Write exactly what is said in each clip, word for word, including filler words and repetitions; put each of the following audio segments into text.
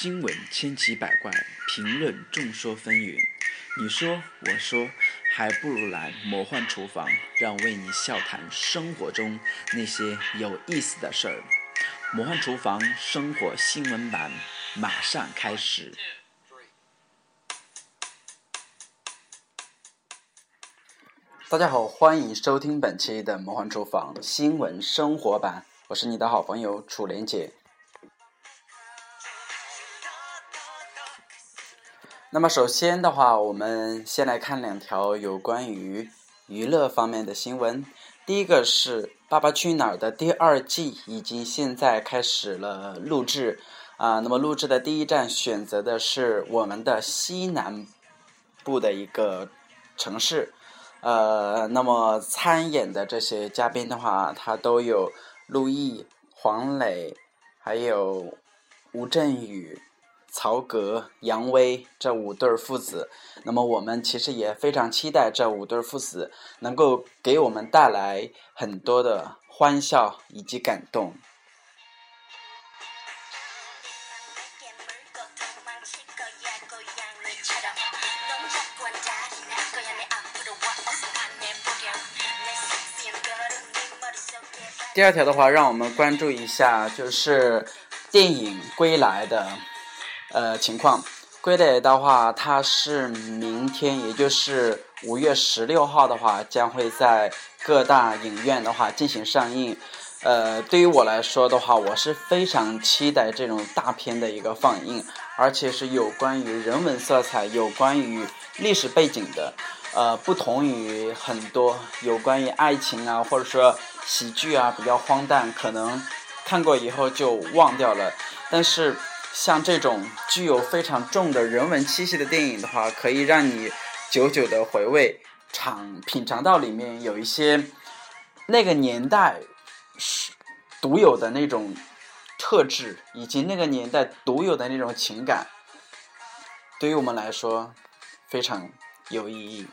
新闻千奇百怪，评论众说纷纭。你说我说，还不如来魔幻厨房，让为你笑谈生活中那些有意思的事儿。魔幻厨房生活新闻版马上开始。大家好，欢迎收听本期的魔幻厨房新闻生活版，我是你的好朋友楚莲姐。那么首先的话，我们先来看两条有关于娱乐方面的新闻。第一个是《爸爸去哪儿》的第二季已经现在开始了录制啊、呃，那么录制的第一站选择的是我们的西南部的一个城市，呃，那么参演的这些嘉宾的话，他都有陆毅、黄磊，还有吴镇宇、曹格、杨威这五对父子。那么我们其实也非常期待这五对父子能够给我们带来很多的欢笑以及感动。第二条的话，让我们关注一下就是电影《归来》的呃情况。归来的话，它是明天，也就是五月十六号的话，将会在各大影院的话进行上映。呃，对于我来说的话，我是非常期待这种大片的一个放映，而且是有关于人文色彩、有关于历史背景的。呃，不同于很多有关于爱情啊，或者说喜剧啊，比较荒诞，可能看过以后就忘掉了。但是像这种具有非常重的人文气息的电影的话，可以让你久久的回味，尝品尝到里面有一些那个年代独有的那种特质，以及那个年代独有的那种情感，对于我们来说非常有意义。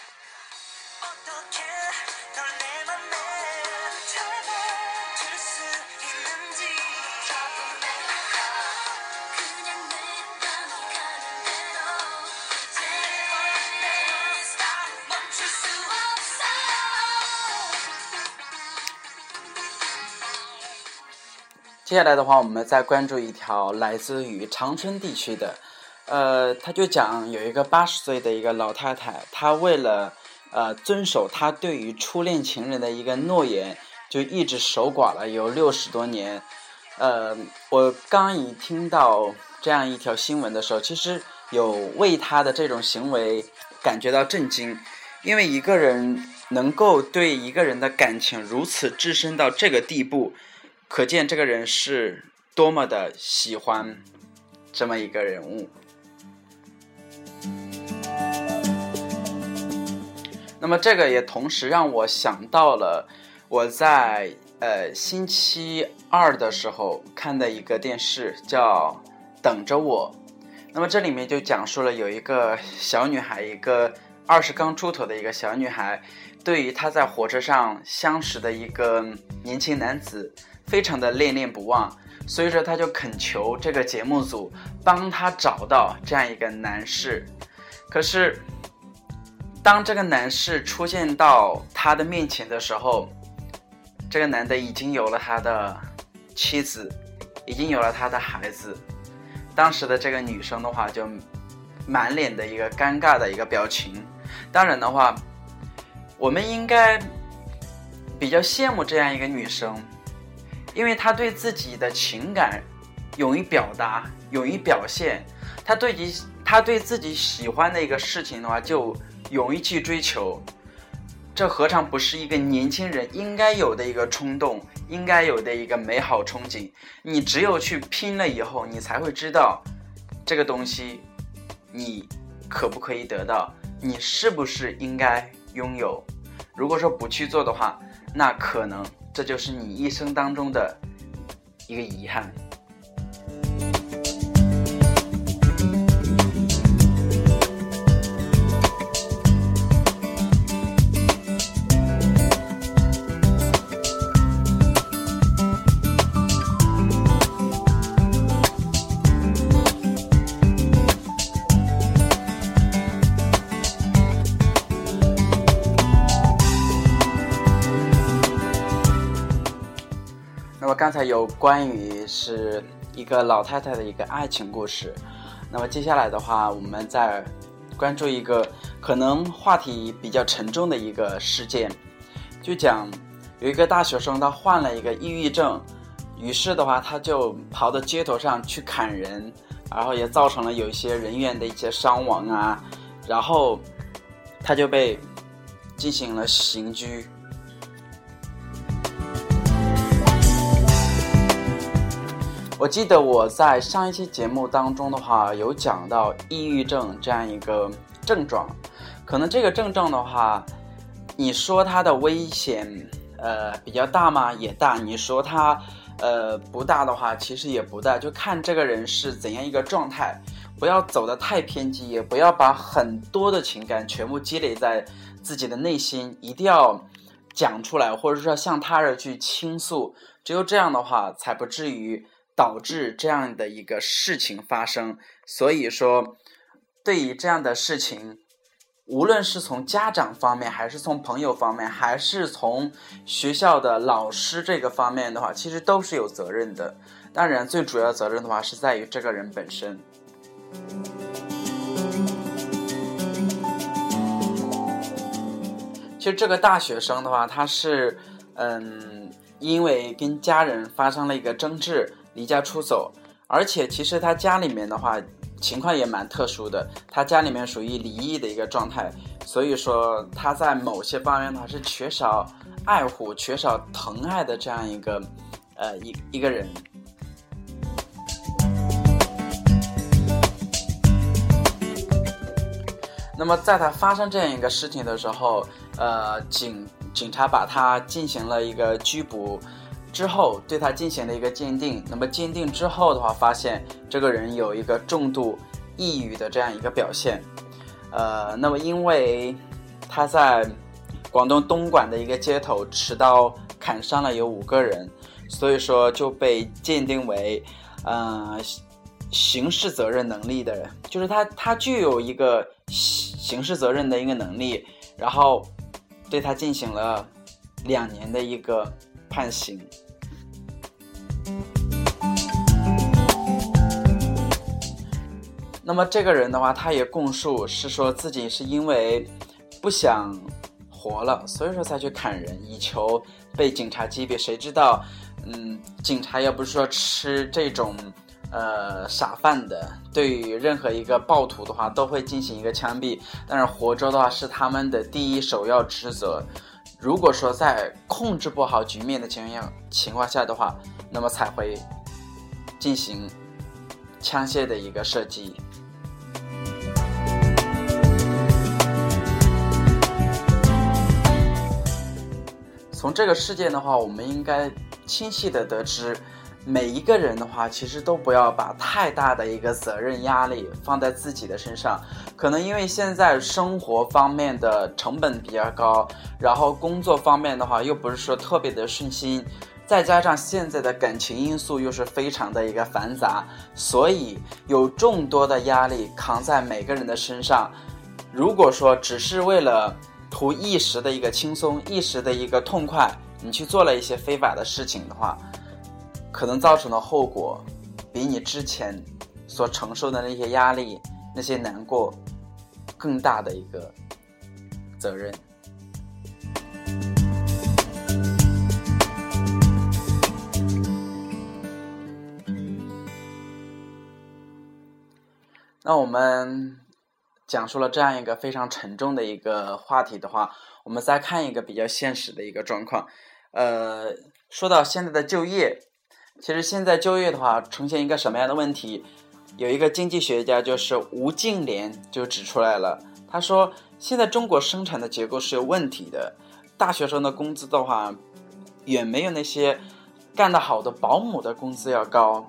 接下来的话，我们再关注一条来自于长春地区的，呃，他就讲有一个八十岁的一个老太太，她为了呃遵守她对于初恋情人的一个诺言，就一直守寡了有六十多年。呃，我刚一听到这样一条新闻的时候，其实有为她的这种行为感觉到震惊，因为一个人能够对一个人的感情如此置身到这个地步，可见这个人是多么的喜欢这么一个人物。那么这个也同时让我想到了我在呃星期二的时候看的一个电视叫《等着我》。那么这里面就讲述了有一个小女孩，一个二十刚出头的一个小女孩，对于她在火车上相识的一个年轻男子非常的恋恋不忘，所以说他就恳求这个节目组帮他找到这样一个男士。可是当这个男士出现到他的面前的时候，这个男的已经有了他的妻子，已经有了他的孩子。当时的这个女生的话就满脸的一个尴尬的一个表情。当然的话，我们应该比较羡慕这样一个女生，因为他对自己的情感勇于表达，勇于表现，他对己他对自己喜欢的一个事情的话就勇于去追求。这何尝不是一个年轻人应该有的一个冲动，应该有的一个美好憧憬。你只有去拼了以后，你才会知道这个东西你可不可以得到，你是不是应该拥有。如果说不去做的话，那可能这就是你一生当中的一个遗憾。 那么刚才有关于是一个老太太的一个爱情故事，那么接下来的话，我们再关注一个可能话题比较沉重的一个事件，就讲有一个大学生他患了一个抑郁症，于是的话他就跑到街头上去砍人，然后也造成了有一些人员的一些伤亡啊，然后他就被进行了刑拘。我记得我在上一期节目当中的话有讲到抑郁症这样一个症状，可能这个症状的话，你说它的危险呃比较大吗？也大。你说它呃不大的话，其实也不大，就看这个人是怎样一个状态，不要走得太偏激，也不要把很多的情感全部积累在自己的内心，一定要讲出来，或者说向他人去倾诉，只有这样的话才不至于导致这样的一个事情发生。所以说对于这样的事情，无论是从家长方面，还是从朋友方面，还是从学校的老师这个方面的话，其实都是有责任的。当然最主要的责任的话是在于这个人本身。其实这个大学生的话，他是嗯，因为跟家人发生了一个争执，离家出走，而且其实他家里面的话情况也蛮特殊的，他家里面属于离异的一个状态，所以说他在某些方面的话是缺少爱护、缺少疼爱的这样一个呃一一个人。那么在他发生这样一个事情的时候，呃，警警察把他进行了一个拘捕之后，对他进行了一个鉴定。那么鉴定之后的话，发现这个人有一个重度抑郁的这样一个表现。呃，那么因为他在广东东莞的一个街头持刀砍伤了有五个人，所以说就被鉴定为呃刑事责任能力的人，就是他他具有一个刑事责任的一个能力，然后对他进行了两年的一个判刑。那么这个人的话，他也供述是说自己是因为不想活了，所以说才去砍人，以求被警察击毙。谁知道嗯，警察也不是说吃这种呃傻饭的，对于任何一个暴徒的话都会进行一个枪毙，但是活着的话是他们的第一首要职责。如果说在控制不好局面的情况情况下的话，那么才会进行枪械的一个射击。从这个事件的话，我们应该清晰的得知，每一个人的话其实都不要把太大的一个责任压力放在自己的身上。可能因为现在生活方面的成本比较高，然后工作方面的话又不是说特别的顺心，再加上现在的感情因素又是非常的一个繁杂，所以有众多的压力扛在每个人的身上。如果说只是为了图一时的一个轻松，一时的一个痛快，你去做了一些非法的事情的话，可能造成的后果比你之前所承受的那些压力、那些难过更大的一个责任。那我们讲述了这样一个非常沉重的一个话题的话，我们再看一个比较现实的一个状况。呃，说到现在的就业，其实现在就业的话呈现一个什么样的问题，有一个经济学家就是吴敬琏就指出来了。他说现在中国生产的结构是有问题的，大学生的工资的话远没有那些干得好的保姆的工资要高。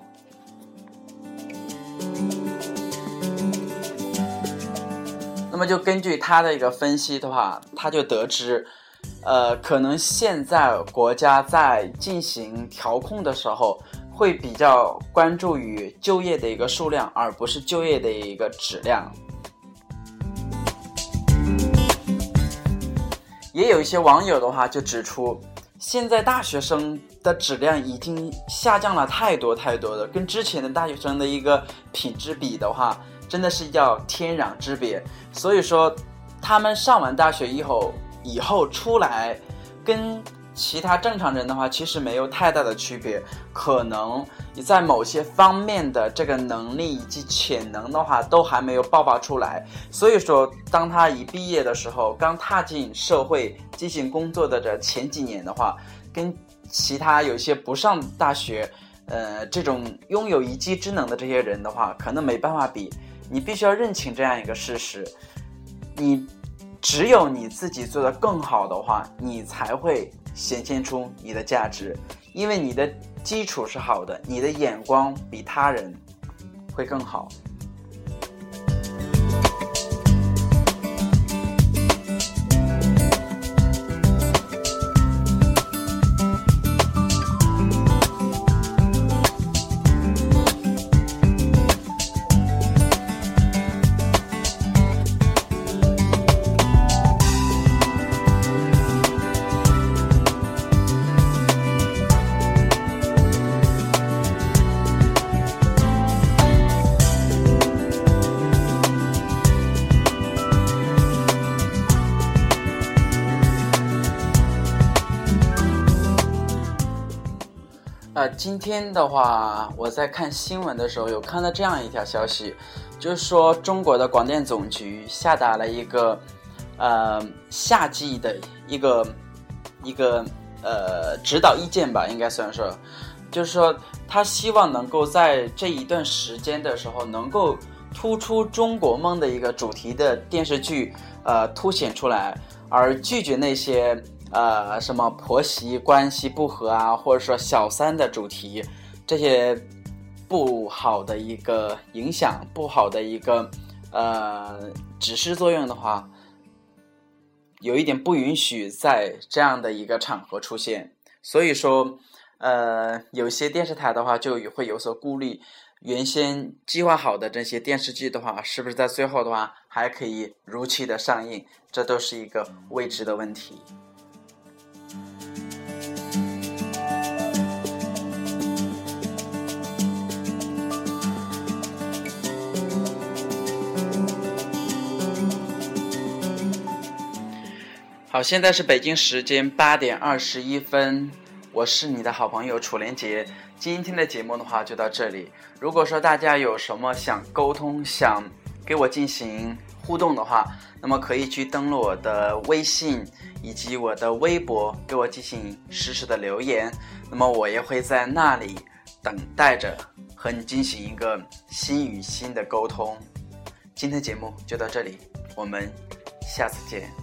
那么就根据他的一个分析的话，他就得知呃，可能现在国家在进行调控的时候会比较关注于就业的一个数量，而不是就业的一个质量。也有一些网友的话就指出， 现在大学生的质量已经下降了太多太多了，跟之前的大学生的一个品质比的话，真的是要天壤之别。所以说他们上完大学以后以后出来跟其他正常人的话其实没有太大的区别，可能你在某些方面的这个能力以及潜能的话都还没有爆发出来。所以说当他一毕业的时候，刚踏进社会进行工作的这前几年的话，跟其他有些不上大学呃，这种拥有一技之能的这些人的话可能没办法比。你必须要认清这样一个事实，你只有你自己做得更好的话，你才会显现出你的价值，因为你的基础是好的，你的眼光比他人会更好。呃，今天的话，我在看新闻的时候有看到这样一条消息，就是说中国的广电总局下达了一个，呃，夏季的一个一个呃指导意见吧，应该算是，就是说他希望能够在这一段时间的时候，能够突出中国梦的一个主题的电视剧，呃，凸显出来，而拒绝那些。呃，什么婆媳关系不和啊，或者说小三的主题，这些不好的一个影响，不好的一个呃指示作用的话，有一点不允许在这样的一个场合出现。所以说，呃，有些电视台的话就会有所顾虑，原先计划好的这些电视剧的话，是不是在最后的话还可以如期的上映，这都是一个未知的问题。好，现在是北京时间八点二十一分，我是你的好朋友楚连杰。今天的节目的话就到这里。如果说大家有什么想沟通、想给我进行互动的话，那么可以去登录我的微信以及我的微博，给我进行实时的留言。那么我也会在那里等待着和你进行一个心与心的沟通。今天节目就到这里，我们下次见。